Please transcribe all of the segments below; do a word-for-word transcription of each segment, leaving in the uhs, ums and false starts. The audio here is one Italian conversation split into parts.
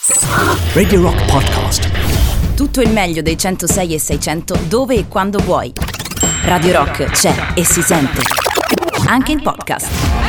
Radio Rock Podcast. Tutto il meglio dei centosei e seicento dove e quando vuoi. Radio Rock c'è e si sente anche in podcast.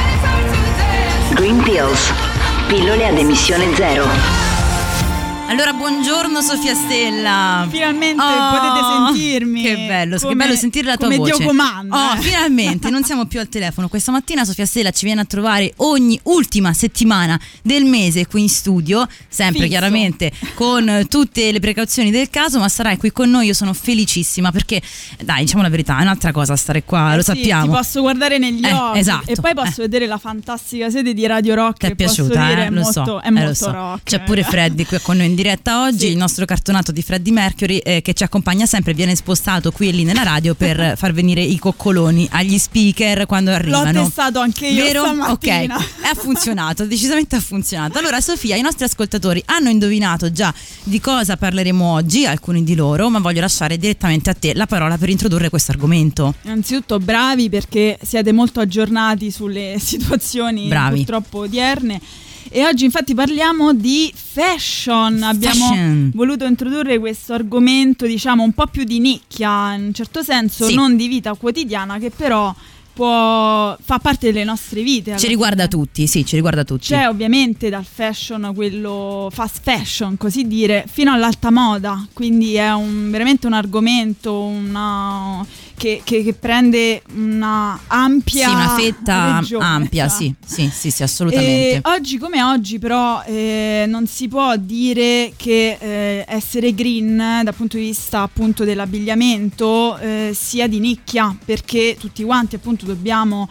Green Pills, pillole ad emissione zero. Allora, buongiorno Sofia Stella. Finalmente oh, potete sentirmi. Che bello, come, che bello sentire la tua come voce. Dio comanda. Oh, finalmente, non siamo più al telefono. Questa mattina Sofia Stella ci viene a trovare ogni ultima settimana del mese qui in studio, sempre Fisso. Chiaramente con tutte le precauzioni del caso, ma sarai qui con noi. Io sono felicissima perché, dai, diciamo la verità, è un'altra cosa stare qua, eh lo sì, sappiamo. Ti posso guardare negli eh, occhi esatto, e poi posso eh. vedere la fantastica sede di Radio Rock. Ti è che piaciuta, posso dire, eh? è Lo molto, so, è eh, molto lo so. rock. C'è pure Freddy qui con noi in diretta oggi, Sì. il nostro cartonato di Freddie Mercury eh, che ci accompagna sempre, viene spostato qui e lì nella radio per far venire i coccoloni agli speaker quando arrivano. L'ho testato anche io Vero? stamattina. Ok, ha funzionato, decisamente ha funzionato. Allora Sofia, i nostri ascoltatori hanno indovinato già di cosa parleremo oggi, alcuni di loro, ma voglio lasciare direttamente a te la parola per introdurre questo argomento. Innanzitutto bravi perché siete molto aggiornati sulle situazioni Bravi. purtroppo odierne. E oggi infatti parliamo di fashion. Abbiamo Fashion. voluto introdurre questo argomento, diciamo, un po' più di nicchia, in un certo senso, Sì. non di vita quotidiana, che però può fa parte delle nostre vite. Ci riguarda tutti, sì, ci riguarda tutti. C'è ovviamente dal fashion, quello fast fashion, così dire, fino all'alta moda, quindi è un, veramente un argomento una, che, che, che prende una ampia Sì, una fetta regione, ampia, cioè. sì, sì, sì, sì, assolutamente. E oggi come oggi però eh, non si può dire che eh, essere green dal punto di vista appunto dell'abbigliamento eh, sia di nicchia, perché tutti quanti appunto dobbiamo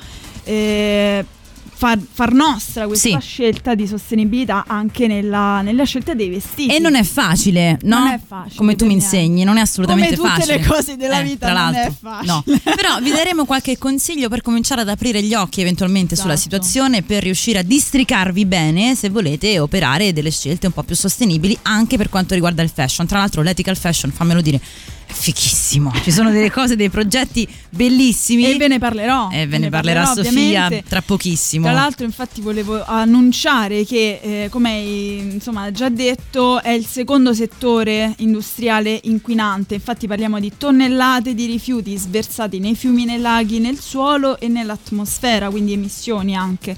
eh, far, far nostra questa Sì. scelta di sostenibilità anche nella, nella scelta dei vestiti. E non è facile, no? Non è facile, Come tu mi per niente. insegni, non è assolutamente Come tutte facile. le cose della Eh, vita tra non è l'altro. facile. No. Però vi daremo qualche consiglio per cominciare ad aprire gli occhi eventualmente sulla Esatto. situazione, per riuscire a districarvi bene se volete operare delle scelte un po' più sostenibili anche per quanto riguarda il fashion. Tra l'altro l'ethical fashion, fammelo dire, è fichissimo. Ci sono delle cose, dei progetti bellissimi. E ve ne parlerò. E ve ne parlerà Sofia ovviamente. tra pochissimo. Tra l'altro infatti volevo annunciare che eh, come hai insomma già detto è il secondo settore industriale inquinante. Infatti parliamo di tonnellate di rifiuti sversati nei fiumi, nei laghi, nel suolo e nell'atmosfera, quindi emissioni anche.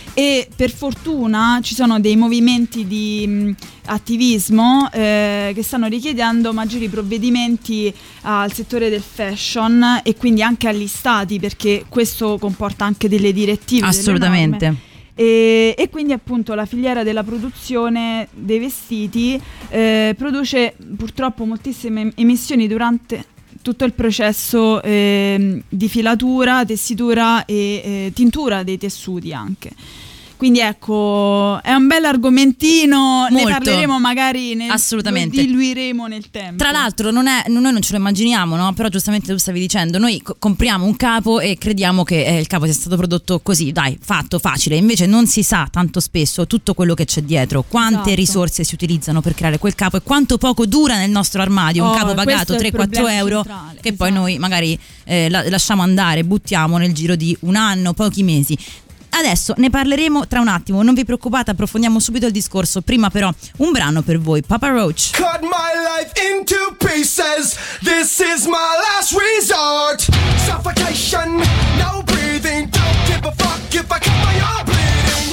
E per fortuna ci sono dei movimenti di mh, attivismo eh, che stanno richiedendo maggiori provvedimenti al settore del fashion e quindi anche agli stati, perché questo comporta anche delle direttive, delle Assolutamente. norme. E, e quindi appunto la filiera della produzione dei vestiti eh, produce purtroppo moltissime emissioni durante tutto il processo eh, di filatura, tessitura e eh, tintura dei tessuti anche. Quindi ecco, è un bel argomentino, Molto. ne parleremo magari, nel, Assolutamente. lo diluiremo nel tempo. Tra l'altro non è, noi non ce lo immaginiamo, no? Però giustamente tu stavi dicendo, noi co- compriamo un capo e crediamo che eh, il capo sia stato prodotto così, dai, fatto, facile. Invece non si sa tanto spesso tutto quello che c'è dietro, quante Esatto. risorse si utilizzano per creare quel capo e quanto poco dura nel nostro armadio un Oh, capo pagato questo è il tre quattro problema euro centrale, che poi esatto. noi magari eh, la- lasciamo andare, buttiamo nel giro di un anno, pochi mesi. Adesso ne parleremo tra un attimo, non vi preoccupate, approfondiamo subito il discorso. Prima però un brano per voi, Papa Roach. Cut my life into pieces. This is my last resort. Suffocation, no breathing. Don't give a fuck if I cut my arm bleeding.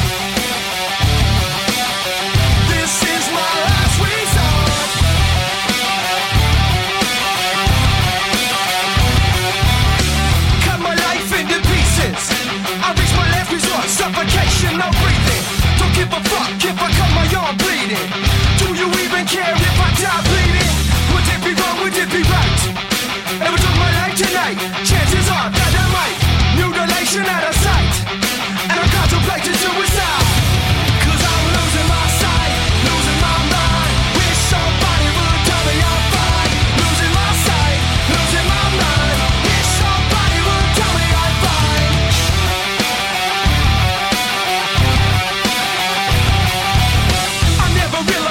This is my last resort. Cut my life into pieces. I reach my last resort. Suffocation, no breathing. Don't give a fuck if I cut my arm bleeding. Do you even care if I die bleeding? Would it be wrong? Would it be right? Ever took my life tonight? Chances are that I might. Mutilation out of sight. And I'm contemplating suicide. Cause I'm losing my sight. Losing my mind. Wish somebody would tell me I'm fine. Losing my sight. Losing my mind. Wish somebody would tell me I'm fine. I never realized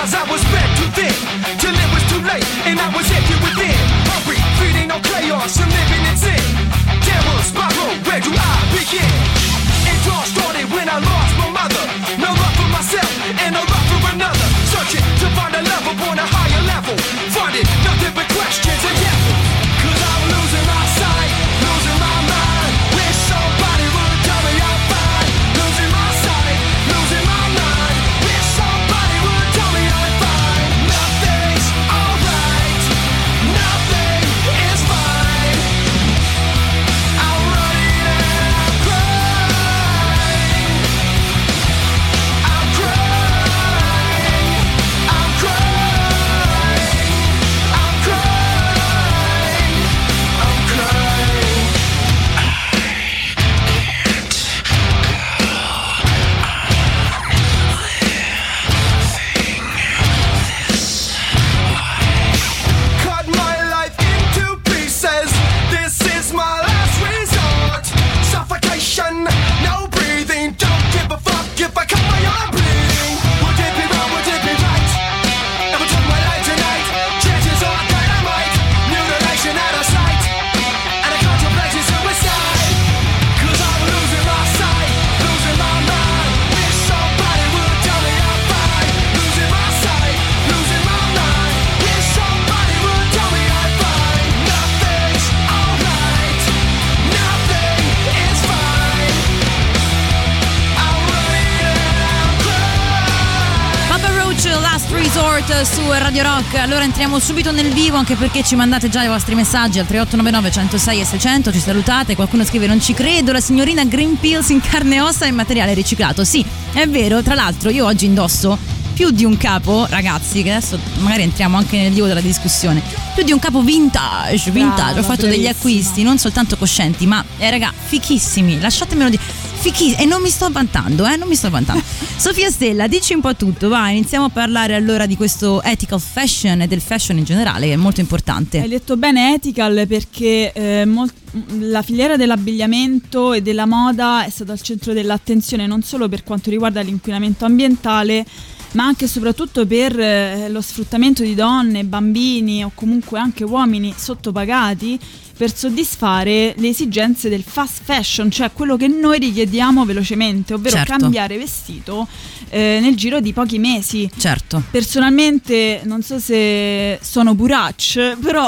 The Last Resort su Radio Rock. Allora entriamo subito nel vivo, anche perché ci mandate già i vostri messaggi al tre otto nove nove uno zero sei e seicento, ci salutate, qualcuno scrive non ci credo, la signorina Green Pills in carne e ossa e materiale riciclato. Sì, è vero, tra l'altro io oggi indosso più di un capo, ragazzi, che adesso magari entriamo anche nel vivo della discussione, più di un capo vintage, vintage. Brava, ho fatto bravissima. degli acquisti non soltanto coscienti, ma eh raga, fichissimi, lasciatemelo dire, fichissimi, e non mi sto vantando, eh, non mi sto vantando. Sofia Stella, dici un po' tutto, vai, iniziamo a parlare allora di questo ethical fashion e del fashion in generale, che è molto importante. Hai detto bene ethical, perché eh, mol- la filiera dell'abbigliamento e della moda è stata al centro dell'attenzione non solo per quanto riguarda l'inquinamento ambientale, ma anche e soprattutto per eh, lo sfruttamento di donne, bambini o comunque anche uomini sottopagati per soddisfare le esigenze del fast fashion, cioè quello che noi richiediamo velocemente, ovvero Certo. cambiare vestito eh, nel giro di pochi mesi. Certo. Personalmente non so se sono buracce, però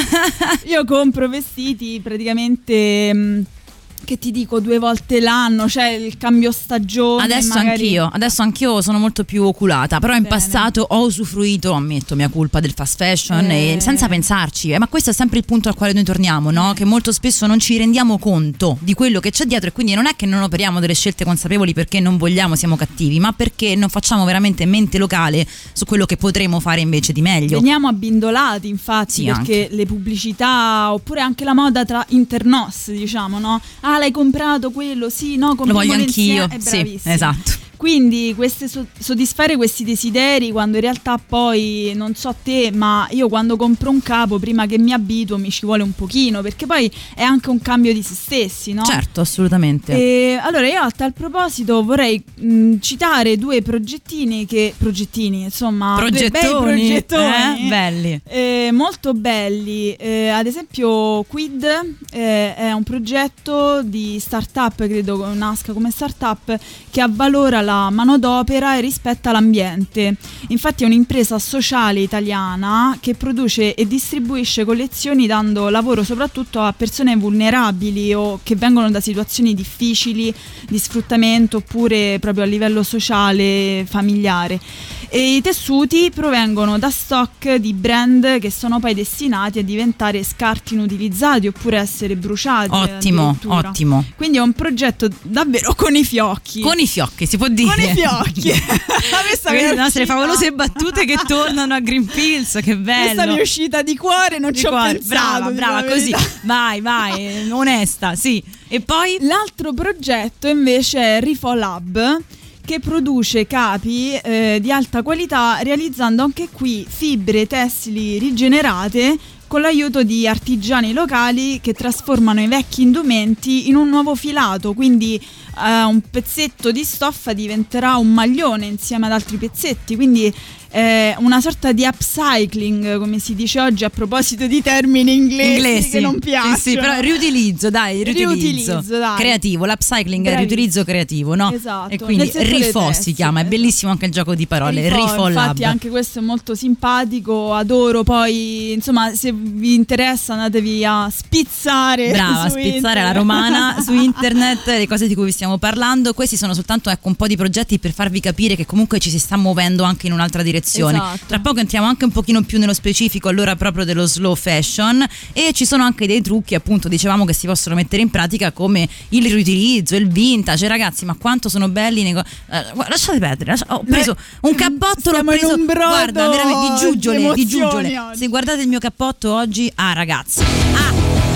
io compro vestiti praticamente mh, che ti dico due volte l'anno, cioè il cambio stagione. Adesso magari... anch'io, adesso anch'io sono molto più oculata, però in Bene. passato ho usufruito, ammetto, mia colpa, del fast fashion Eh. e senza pensarci, eh, ma questo è sempre il punto al quale noi torniamo, no? Che molto spesso non ci rendiamo conto di quello che c'è dietro, e quindi non è che non operiamo delle scelte consapevoli perché non vogliamo, siamo cattivi, ma perché non facciamo veramente mente locale su quello che potremo fare invece di meglio. Veniamo abbindolati, infatti, Sì, perché anche. le pubblicità oppure anche la moda tra internos, diciamo, no? Ah, l'hai comprato quello? Sì, no, Lo compriamolo voglio anch'io, insieme. È sì, bravissima. esatto. Quindi queste so- soddisfare questi desideri, quando in realtà poi, non so te, ma io quando compro un capo, prima che mi abituo mi ci vuole un pochino, perché poi è anche un cambio di se stessi, no? Certo, assolutamente. E allora io a tal proposito vorrei mh, citare due progettini che progettini, insomma, due bei Progettoni, progettoni eh? Belli. eh, molto belli. Eh, ad esempio Quid eh, è un progetto di startup, credo nasca come startup, che avvalora la manodopera e rispetta l'ambiente. Infatti è un'impresa sociale italiana che produce e distribuisce collezioni dando lavoro soprattutto a persone vulnerabili o che vengono da situazioni difficili di sfruttamento oppure proprio a livello sociale, familiare. E i tessuti provengono da stock di brand che sono poi destinati a diventare scarti inutilizzati oppure essere bruciati. Ottimo, addirittura. ottimo. Quindi è un progetto davvero con i fiocchi. Con i fiocchi, si può dire. Con i fiocchi. Questa mi è Le nostre uscita- favolose battute che tornano a Green Pills, che bello. Questa mi è uscita di cuore, non Di ci ho cuore. pensato. Brava, dico brava, la così. verità. Vai, vai, eh, onesta, sì. E poi L'altro progetto invece è Rifolab, che produce capi eh, di alta qualità realizzando anche qui fibre tessili rigenerate con l'aiuto di artigiani locali che trasformano i vecchi indumenti in un nuovo filato, quindi eh, un pezzetto di stoffa diventerà un maglione insieme ad altri pezzetti, quindi eh, una sorta di upcycling, come si dice oggi a proposito di termini inglesi, inglesi che non piacciono. Sì, sì, però riutilizzo, dai, riutilizzo. Riutilizzo, dai. Creativo, l'upcycling è Bravissimo. riutilizzo creativo, no? Esatto. E quindi Nel settore Rifo si tessile, chiama, è esatto. bellissimo anche il gioco di parole, Rifo, Rifo Lab. infatti anche questo è molto simpatico, adoro. Poi insomma, se vi interessa andatevi a spizzare Brava, su spizzare alla internet. romana su internet le cose di cui vi stiamo parlando. Questi sono soltanto ecco un po' di progetti per farvi capire che comunque ci si sta muovendo anche in un'altra direzione. Esatto. Tra poco entriamo anche un pochino più nello specifico allora proprio dello slow fashion, e ci sono anche dei trucchi, appunto dicevamo, che si possono mettere in pratica, come il riutilizzo, il vintage. Ragazzi, ma quanto sono belli i nego- eh, guarda, lasciate perdere, lascia- ho preso un cappotto, l'ho stiamo in preso, un brodo guarda, veramente di giuggiole, di di emozioni giuggiole. oggi. Se guardate il mio cappotto oggi, ah ragazzi, ah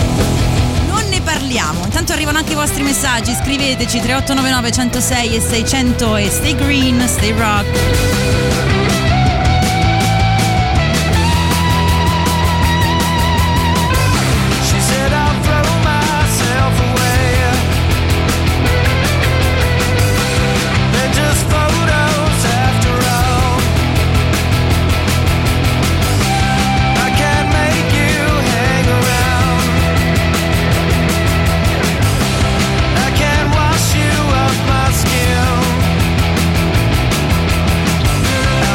non ne parliamo. Intanto arrivano anche i vostri messaggi, scriveteci tre otto nove nove uno zero sei e seicento e stay green, stay rock. She said I'll throw myself away. They're just photos after all. I can't make you hang around. I can't wash you off my skin.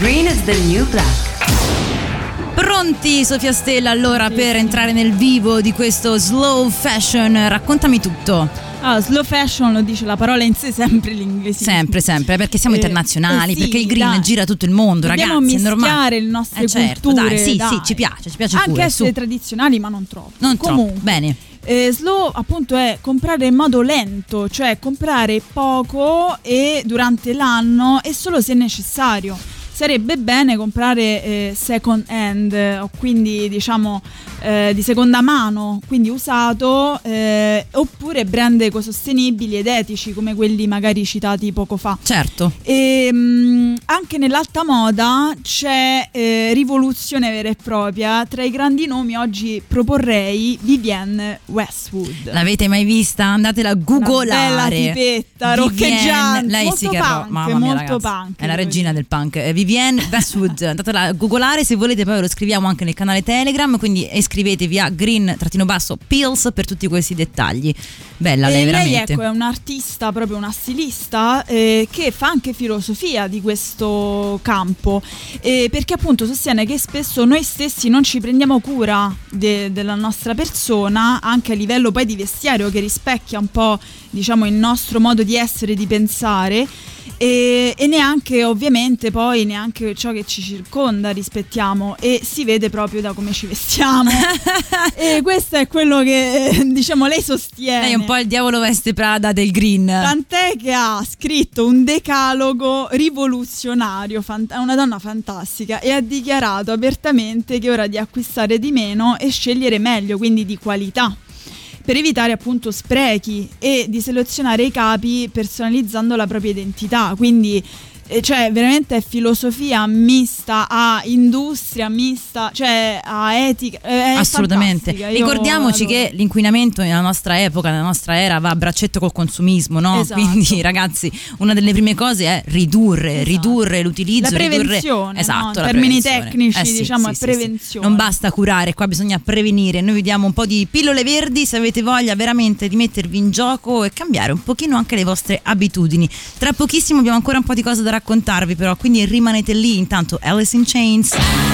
Green is the new black. Pronti, Sofia Stella, allora per entrare nel vivo di questo slow fashion? Raccontami tutto. Ah, slow fashion lo dice la parola in sé, sempre l'inglese. Sempre, sempre, perché siamo Eh, internazionali, eh sì, perché il green dai. gira tutto il mondo, Dobbiamo ragazzi, è normale. mischiare le nostre Eh, certo, culture, dai, sì, dai. sì, ci piace, ci piace Anche pure, essere su. tradizionali, ma non troppo. Non Comunque, troppo, bene. Eh, slow appunto è comprare in modo lento, cioè comprare poco e durante l'anno e solo se necessario. Sarebbe bene comprare eh, second hand, eh, o quindi diciamo eh, di seconda mano, quindi usato, eh, oppure brand ecosostenibili ed etici come quelli magari citati poco fa. Certo. E mh, anche nell'alta moda c'è eh, rivoluzione vera e propria. Tra i grandi nomi oggi proporrei Vivienne Westwood. L'avete mai vista? Andatela a googolare. Una bella tipetta, Vivienne, roccheggiante, lei molto sì che è ro- punk, mamma mia, molto ragazzi, punk, è la devo regina dire. del punk. Eh, Vivienne Westwood, andatela a googolare, se volete poi lo scriviamo anche nel canale Telegram, quindi iscrivetevi a green-pills per tutti questi dettagli. Bella lei, E lei veramente. ecco è un'artista, proprio una stilista eh, che fa anche filosofia di questo campo, eh, perché appunto sostiene che spesso noi stessi non ci prendiamo cura de- della nostra persona, anche a livello poi di vestiario, che rispecchia un po' diciamo il nostro modo di essere e di pensare. E, e neanche ovviamente poi neanche ciò che ci circonda rispettiamo, e si vede proprio da come ci vestiamo. E questo è quello che eh, diciamo lei sostiene. Lei è un po' il diavolo veste Prada del green. Tant'è che ha scritto un decalogo rivoluzionario, fant- è una donna fantastica, e ha dichiarato apertamente che è ora di acquistare di meno e scegliere meglio, quindi di qualità, per evitare appunto sprechi, e di selezionare i capi personalizzando la propria identità. Quindi eh, cioè veramente è filosofia mista a industria mista, cioè a etica, è assolutamente. fantastica. Io Ricordiamoci adoro. che l'inquinamento nella nostra epoca, nella nostra era, va a braccetto col consumismo, no? Esatto. Quindi ragazzi, una delle prime cose è ridurre, Esatto. ridurre l'utilizzo, La prevenzione, ridurre, esatto, no? In la termini prevenzione. tecnici, Eh sì, diciamo, sì, è sì, prevenzione. sì. Non basta curare, qua bisogna prevenire. Noi vi diamo un po' di pillole verdi se avete voglia veramente di mettervi in gioco e cambiare un pochino anche le vostre abitudini. Tra pochissimo abbiamo ancora un po' di cose da raccontarvi, però, quindi rimanete lì. Intanto Alice in Chains.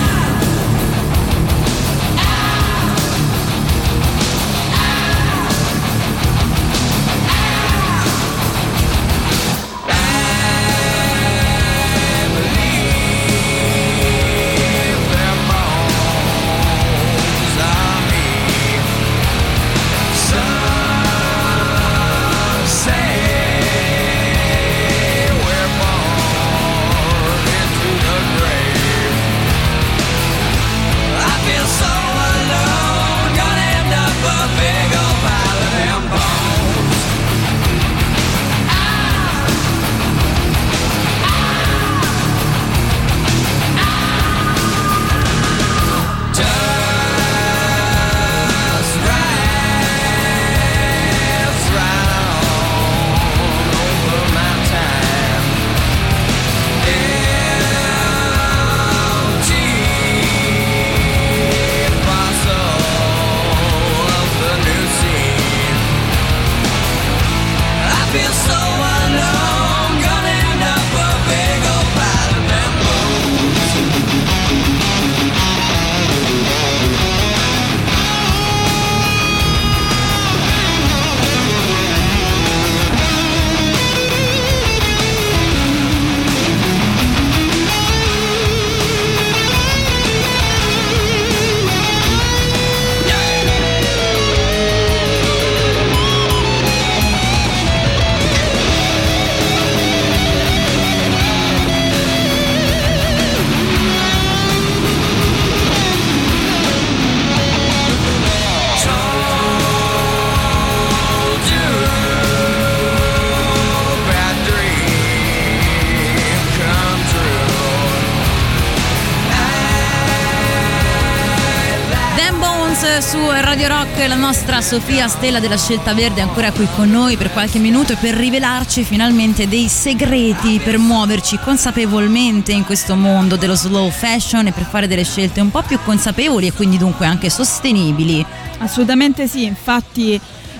Su Radio Rock, la nostra Sofia Stella della Scelta Verde è ancora qui con noi per qualche minuto e per rivelarci finalmente dei segreti per muoverci consapevolmente in questo mondo dello slow fashion e per fare delle scelte un po' più consapevoli e quindi dunque anche sostenibili. Assolutamente sì, infatti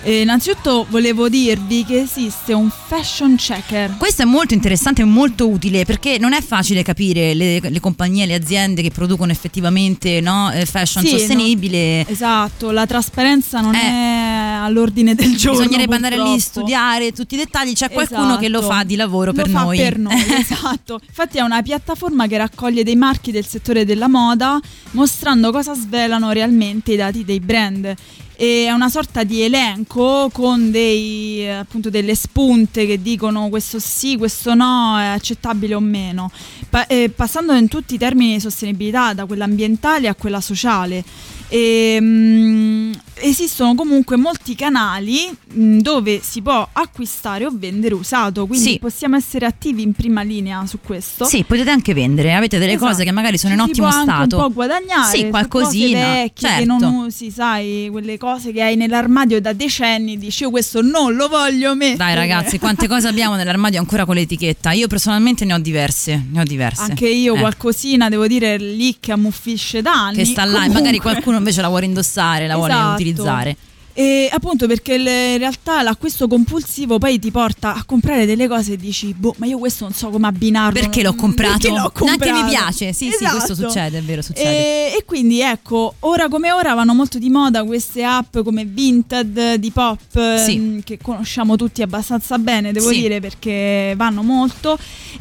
Eh, innanzitutto volevo dirvi che esiste un fashion checker. Questo è molto interessante e molto utile, perché non è facile capire le, le compagnie, le aziende che producono effettivamente, no, fashion Sì, sostenibile. no, esatto, la trasparenza non Eh. è all'ordine del giorno. Bisognerebbe andare lì, purtroppo. studiare tutti i dettagli. C'è qualcuno Esatto. che lo fa di lavoro per lo noi. Fa per noi, esatto. Infatti è una piattaforma che raccoglie dei marchi del settore della moda, mostrando cosa svelano realmente i dati dei brand. E è una sorta di elenco con dei, appunto, delle spunte che dicono questo sì, questo no, è accettabile o meno, pa- eh, passando in tutti i termini di sostenibilità, da quella ambientale a quella sociale. E, mh, esistono comunque molti canali mh, dove si può acquistare o vendere usato, quindi Sì. possiamo essere attivi in prima linea su questo. Sì, potete anche vendere, avete delle Esatto. cose che magari sono in Ci ottimo si può stato. anche un po' guadagnare, Sì, su qualcosina, cose vecchie certo. che non usi, sai, quelle cose che hai nell'armadio da decenni, dici io questo non lo voglio mettere. Dai ragazzi, quante cose abbiamo nell'armadio ancora con l'etichetta? Io personalmente ne ho diverse, ne ho diverse. Anche io Eh, qualcosina devo dire lì che ammuffisce da anni. che sta là, e Comunque- magari qualcuno invece la vuole indossare, la vuole Esatto. utilizzare. E appunto perché le- in realtà l'acquisto compulsivo poi ti porta a comprare delle cose e dici boh, ma io questo non so come abbinarlo. Perché l'ho comprato? Perché l'ho comprato? Neanche mi piace. Sì, sì, questo Esatto. succede, è vero, succede. E, e quindi ecco, ora come ora vanno molto di moda queste app come Vinted, di Pop, Sì. mh, che conosciamo tutti abbastanza bene, devo Sì. dire, perché vanno molto.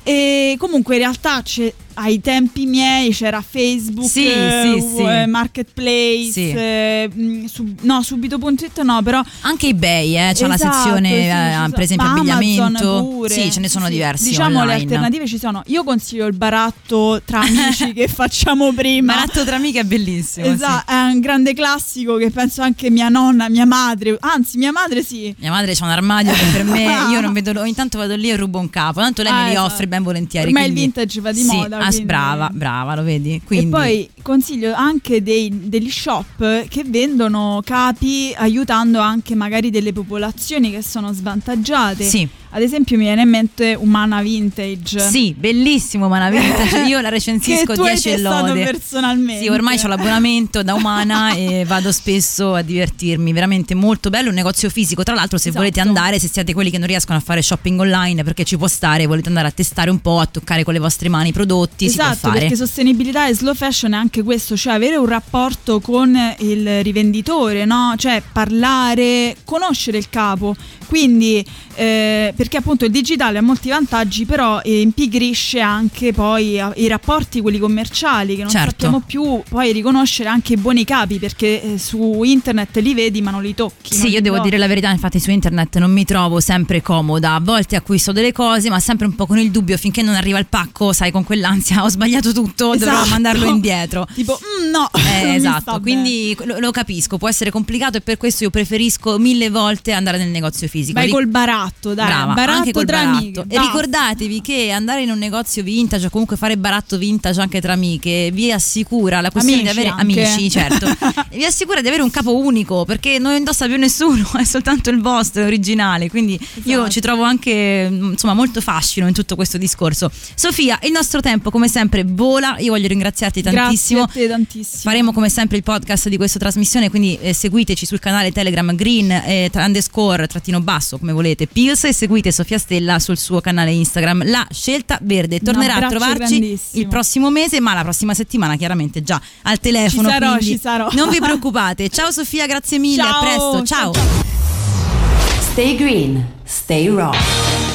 E comunque in realtà c'è, ai tempi miei c'era Facebook, Sì, eh, sì, sì. eh, Marketplace, Sì. eh, mh, sub- no, subito punto it no, però Anche eBay, eh, c'è una Esatto, sezione, sì, eh, ci sono- per esempio ma abbigliamento. Amazon pure. Sì, ce ne sono Sì, diversi. Diciamo online. le alternative ci sono. Io consiglio il baratto tra amici che facciamo prima. Baratto tra amiche è bellissimo. Esatto, è un grande classico che penso anche mia nonna, mia madre, anzi mia madre sì. Sì. Mia madre c'ha un armadio che per me, io non vedo, ogni tanto vado lì e rubo un capo, tanto lei Ah, me li esatto. offre ben volentieri. Per me il quindi- vintage va di sì, moda, ah, quindi- brava, brava, lo vedi? Quindi, E poi consiglio anche dei, degli shop che vendono capi aiutando anche magari delle popolazioni che sono svantaggiate. Sì. Ad esempio mi viene in mente Umana Vintage. Sì, bellissimo Umana Vintage. Io la recensisco che tu hai dieci e testato lode. personalmente. Sì, ormai ho l'abbonamento da Umana e vado spesso a divertirmi. Veramente molto bello, un negozio fisico. Tra l'altro, se Esatto. volete andare, se siete quelli che non riescono a fare shopping online perché ci può stare, volete andare a testare un po', a toccare con le vostre mani i prodotti, si Esatto, può fare. perché sostenibilità e slow fashion è anche questo, cioè avere un rapporto con il rivenditore, no? Cioè parlare, conoscere il capo. Quindi, eh, perché appunto il digitale ha molti vantaggi, però eh, impigrisce anche poi a- i rapporti, quelli commerciali, che non Certo. sappiamo più poi riconoscere anche i buoni capi, perché eh, su internet li vedi ma non li tocchi. Sì, non io li devo tocchi. dire la verità, infatti su internet non mi trovo sempre comoda, a volte acquisto delle cose ma sempre un po' con il dubbio, finché non arriva il pacco, sai, con quell'ansia, ho sbagliato tutto, dovrò Esatto. mandarlo indietro. Tipo, mm, no, Eh, non mi sta esatto, bene. quindi lo, lo capisco, può essere complicato e per questo io preferisco mille volte andare nel negozio fisico. Vai Ric- col baratto, dai, Brava, baratto anche col tra baratto. amiche, E basta. ricordatevi che andare in un negozio vintage o comunque fare baratto vintage anche tra amiche vi assicura la questione Amici di avere anche. amici, certo. Vi assicura di avere un capo unico, perché non indossa più nessuno, è soltanto il vostro, è originale. Quindi io Esatto. ci trovo anche insomma molto fascino in tutto questo discorso. Sofia, il nostro tempo come sempre vola. Io voglio ringraziarti tantissimo. Grazie a te tantissimo. Faremo come sempre il podcast di questa trasmissione, quindi eh, seguiteci sul canale Telegram Green eh, tra- underscore trattino basso come volete Pills, e seguite Sofia Stella sul suo canale Instagram La Scelta Verde. Tornerà a abbraccio trovarci grandissimo. il prossimo mese, ma la prossima settimana chiaramente già al telefono, Ci sarò, quindi ci sarò. non vi preoccupate. Ciao Sofia, grazie mille, Ciao, a presto, ciao. ciao, ciao. Stay green, stay raw.